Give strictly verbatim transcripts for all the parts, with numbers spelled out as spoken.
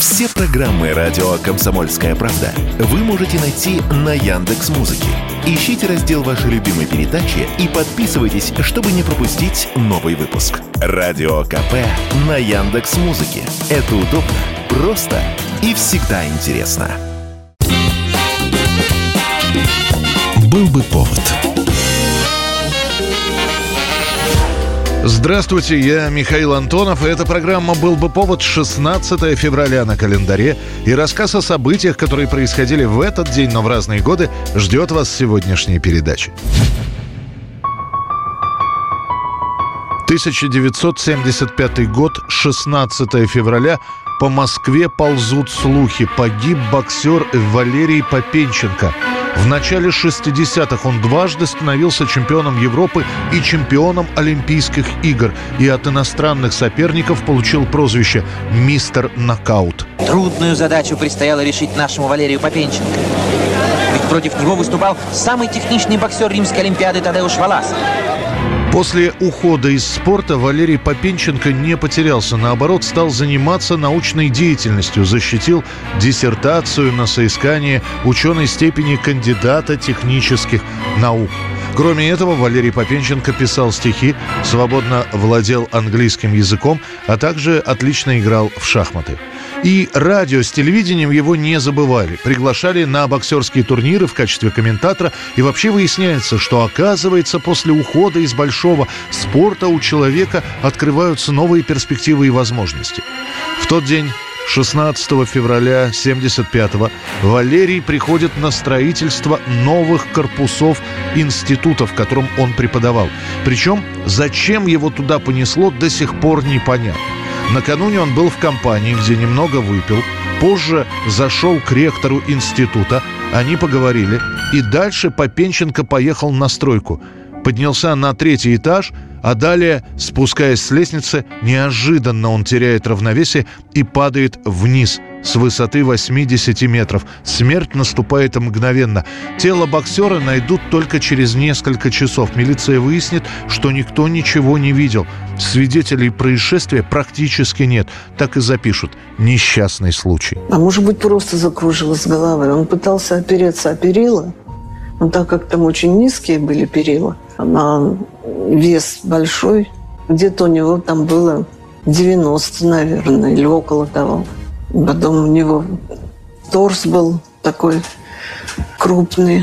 Все программы радио «Комсомольская правда» вы можете найти на Яндекс.Музыке. Ищите раздел вашей любимой передачи и подписывайтесь, чтобы не пропустить новый выпуск. Радио КП на Яндекс.Музыке. Это удобно, просто и всегда интересно. Был бы повод. Здравствуйте, я Михаил Антонов, и эта программа «Был бы повод», шестнадцатое февраля на календаре. И рассказ о событиях, которые происходили в этот день, но в разные годы, ждет вас в сегодняшней передаче. тысяча девятьсот семьдесят пятый год, шестнадцатое февраля. По Москве ползут слухи. Погиб боксер Валерий Попенченко. В начале шестидесятых он дважды становился чемпионом Европы и чемпионом Олимпийских игр. И от иностранных соперников получил прозвище «Мистер Нокаут». Трудную задачу предстояло решить нашему Валерию Попенченко. Ведь против него выступал самый техничный боксер Римской Олимпиады Тадеуш Валаса. После ухода из спорта Валерий Попенченко не потерялся. Наоборот, стал заниматься научной деятельностью. Защитил диссертацию на соискание ученой степени кандидата технических наук. Кроме этого, Валерий Попенченко писал стихи, свободно владел английским языком, а также отлично играл в шахматы. И радио с телевидением его не забывали. Приглашали на боксерские турниры в качестве комментатора. И вообще выясняется, что, оказывается, после ухода из большого спорта у человека открываются новые перспективы и возможности. В тот день, шестнадцатого февраля семьдесят пятого, Валерий приходит на строительство новых корпусов института, в котором он преподавал. Причем, зачем его туда понесло, до сих пор непонятно. Накануне он был в компании, где немного выпил. Позже зашел к ректору института. Они поговорили. И дальше Попенченко поехал на стройку. Поднялся на третий этаж, а далее, спускаясь с лестницы, неожиданно он теряет равновесие и падает вниз с высоты восемьдесят метров. Смерть наступает мгновенно. Тело боксера найдут только через несколько часов. Милиция выяснит, что никто ничего не видел. Свидетелей происшествия практически нет. Так и запишут: несчастный случай. А может быть, просто закружилась голова. Он пытался опереться о перила, но так как там очень низкие были перила, на вес большой, где-то у него там было девяносто, наверное, или около того. Потом у него торс был такой крупный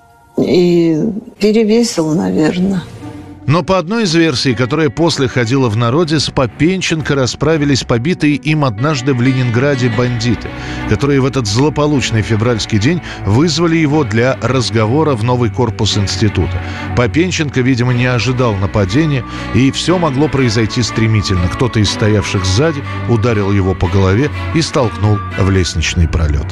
и перевесил, наверное. Но по одной из версий, которая после ходила в народе, с Попенченко расправились побитые им однажды в Ленинграде бандиты, которые в этот злополучный февральский день вызвали его для разговора в новый корпус института. Попенченко, видимо, не ожидал нападения, и все могло произойти стремительно. Кто-то из стоявших сзади ударил его по голове и столкнул в лестничный пролет.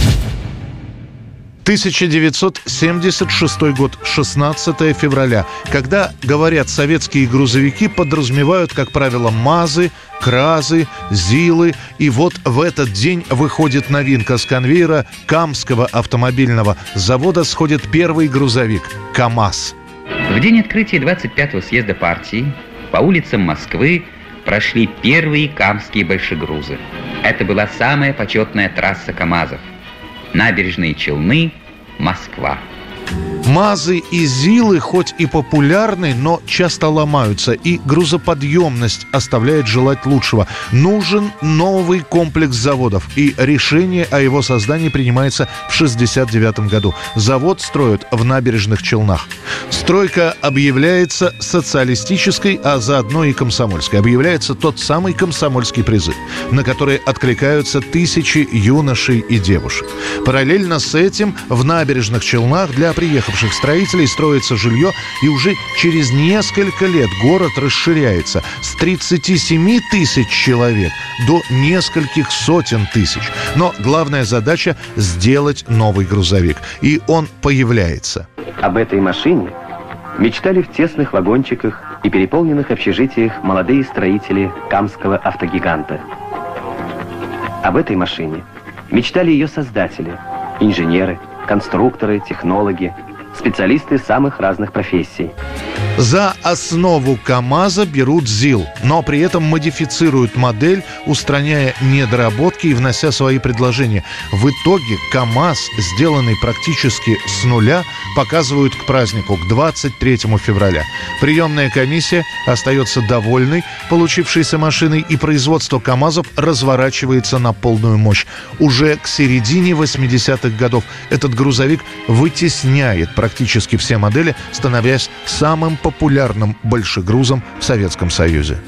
тысяча девятьсот семьдесят шестой год, шестнадцатое февраля. Когда говорят «советские грузовики», подразумевают, как правило, МАЗы, КРАЗы, ЗИЛы. И вот в этот день выходит новинка. С конвейера Камского автомобильного завода сходит первый грузовик КАМАЗ. В день открытия двадцать пятого съезда партии по улицам Москвы прошли первые камские большегрузы. Это была самая почетная трасса КАМАЗов. Набережные Челны, Москва. МАЗы и ЗИЛы хоть и популярны, но часто ломаются, и грузоподъемность оставляет желать лучшего. Нужен новый комплекс заводов, и решение о его создании принимается в шестьдесят девятом году. Завод строят в Набережных Челнах. Стройка объявляется социалистической, а заодно и комсомольской. Объявляется тот самый комсомольский призыв, на который откликаются тысячи юношей и девушек. Параллельно с этим в Набережных Челнах для приехавших строителей строится жилье, и уже через несколько лет город расширяется с тридцати семи тысяч человек до нескольких сотен тысяч. Но главная задача – сделать новый грузовик. И он появляется. Об этой машине мечтали в тесных вагончиках и переполненных общежитиях молодые строители Камского автогиганта. Об этой машине мечтали ее создатели – инженеры, конструкторы, технологи, специалисты самых разных профессий. За основу КАМАЗа берут ЗИЛ, но при этом модифицируют модель, устраняя недоработки и внося свои предложения. В итоге КАМАЗ, сделанный практически с нуля, показывают к празднику, к двадцать третьему февраля. Приемная комиссия остается довольной получившейся машиной, и производство КАМАЗов разворачивается на полную мощь. Уже к середине восьмидесятых годов этот грузовик вытесняет практически все модели, становясь самым популярным большегрузом в Советском Союзе.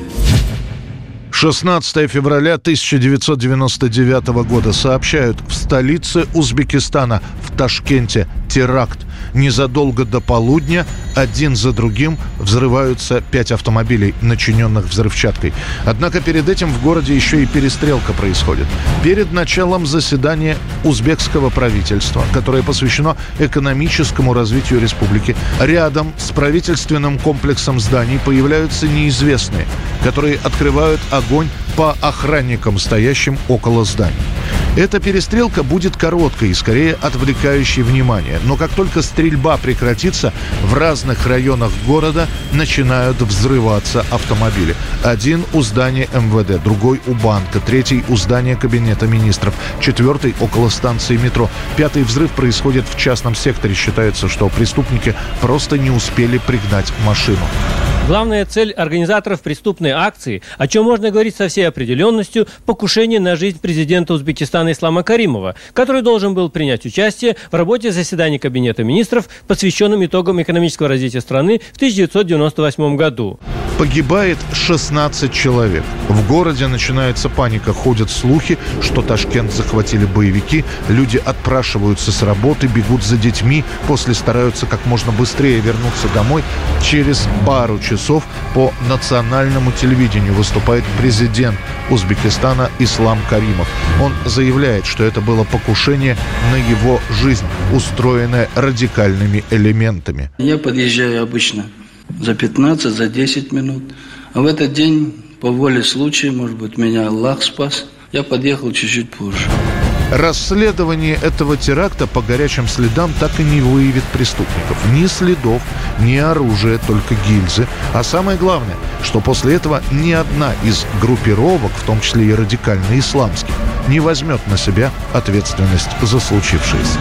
шестнадцатого февраля тысяча девятьсот девяносто девятого года. Сообщают, в столице Узбекистана, в Ташкенте, теракт. Незадолго до полудня один за другим взрываются пять автомобилей, начиненных взрывчаткой. Однако перед этим в городе еще и перестрелка происходит. Перед началом заседания узбекского правительства, которое посвящено экономическому развитию республики, рядом с правительственным комплексом зданий появляются неизвестные, которые открывают огонь по охранникам, стоящим около зданий. Эта перестрелка будет короткой и скорее отвлекающей внимание. Но как только стрельба прекратится, в разных районах города начинают взрываться автомобили. Один у здания эм вэ дэ, другой у банка, третий у здания кабинета министров, четвертый около станции метро. Пятый взрыв происходит в частном секторе. Считается, что преступники просто не успели пригнать машину. Главная цель организаторов преступной акции, о чем можно говорить со всей определенностью, покушение на жизнь президента Узбекистана Ислама Каримова, который должен был принять участие в работе заседания Кабинета министров, посвященном итогам экономического развития страны в тысяча девятьсот девяносто восьмом году. Погибает шестнадцать человек. В городе начинается паника. Ходят слухи, что Ташкент захватили боевики. Люди отпрашиваются с работы, бегут за детьми. После стараются как можно быстрее вернуться домой. Через пару часов по национальному телевидению выступает президент Узбекистана Ислам Каримов. Он заявляет, что это было покушение на его жизнь, устроенное радикальными элементами. Я подъезжаю обычно за пятнадцать, за десять минут. А в этот день, по воле случая, может быть, меня Аллах спас, я подъехал чуть-чуть позже. Расследование этого теракта по горячим следам так и не выявит преступников. Ни следов, ни оружия, только гильзы. А самое главное, что после этого ни одна из группировок, в том числе и радикально исламских, не возьмет на себя ответственность за случившееся.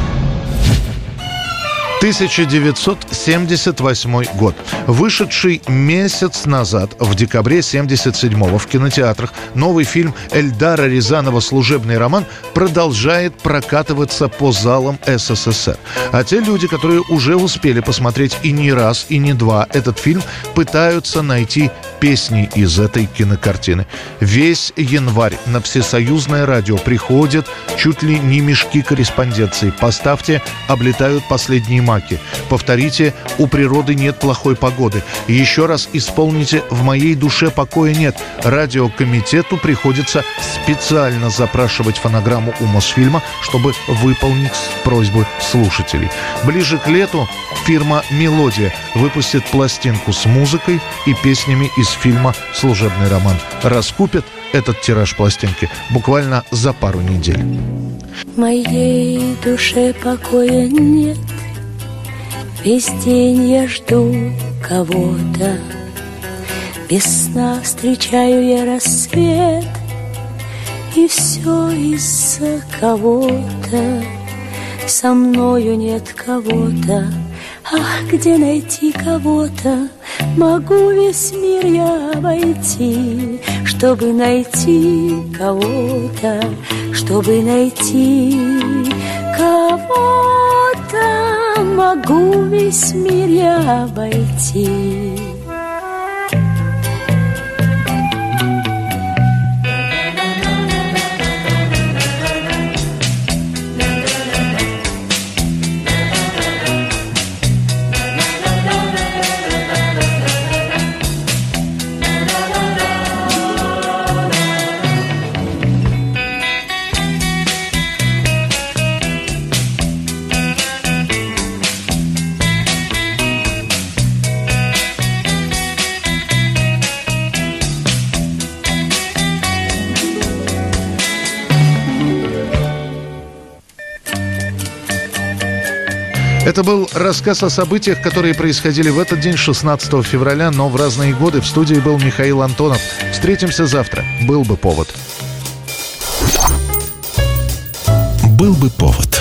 тысяча девятьсот семьдесят восьмой год. Вышедший месяц назад, в декабре семьдесят седьмого, в кинотеатрах новый фильм Эльдара Рязанова «Служебный роман» продолжает прокатываться по залам эс эс эс эр. А те люди, которые уже успели посмотреть и не раз, и не два этот фильм, пытаются найти песни из этой кинокартины. Весь январь на всесоюзное радио приходят чуть ли не мешки корреспонденции. Поставьте, облетают последние маки. Повторите, у природы нет плохой погоды. И еще раз исполните «В моей душе покоя нет». Радиокомитету приходится специально запрашивать фонограмму у Мосфильма, чтобы выполнить просьбы слушателей. Ближе к лету фирма «Мелодия» выпустит пластинку с музыкой и песнями из фильма «Служебный роман». Раскупят этот тираж пластинки буквально за пару недель. В моей душе покоя нет. Весь день я жду кого-то. Без сна встречаю я рассвет. И все из-за кого-то. Со мною нет кого-то. Ах, где найти кого-то? Могу весь мир я обойти, чтобы найти кого-то, чтобы найти кого-то. Могу весь мир я обойти. Это был рассказ о событиях, которые происходили в этот день, шестнадцатого февраля, но в разные годы. В студии был Михаил Антонов. Встретимся завтра. Был бы повод. Был бы повод.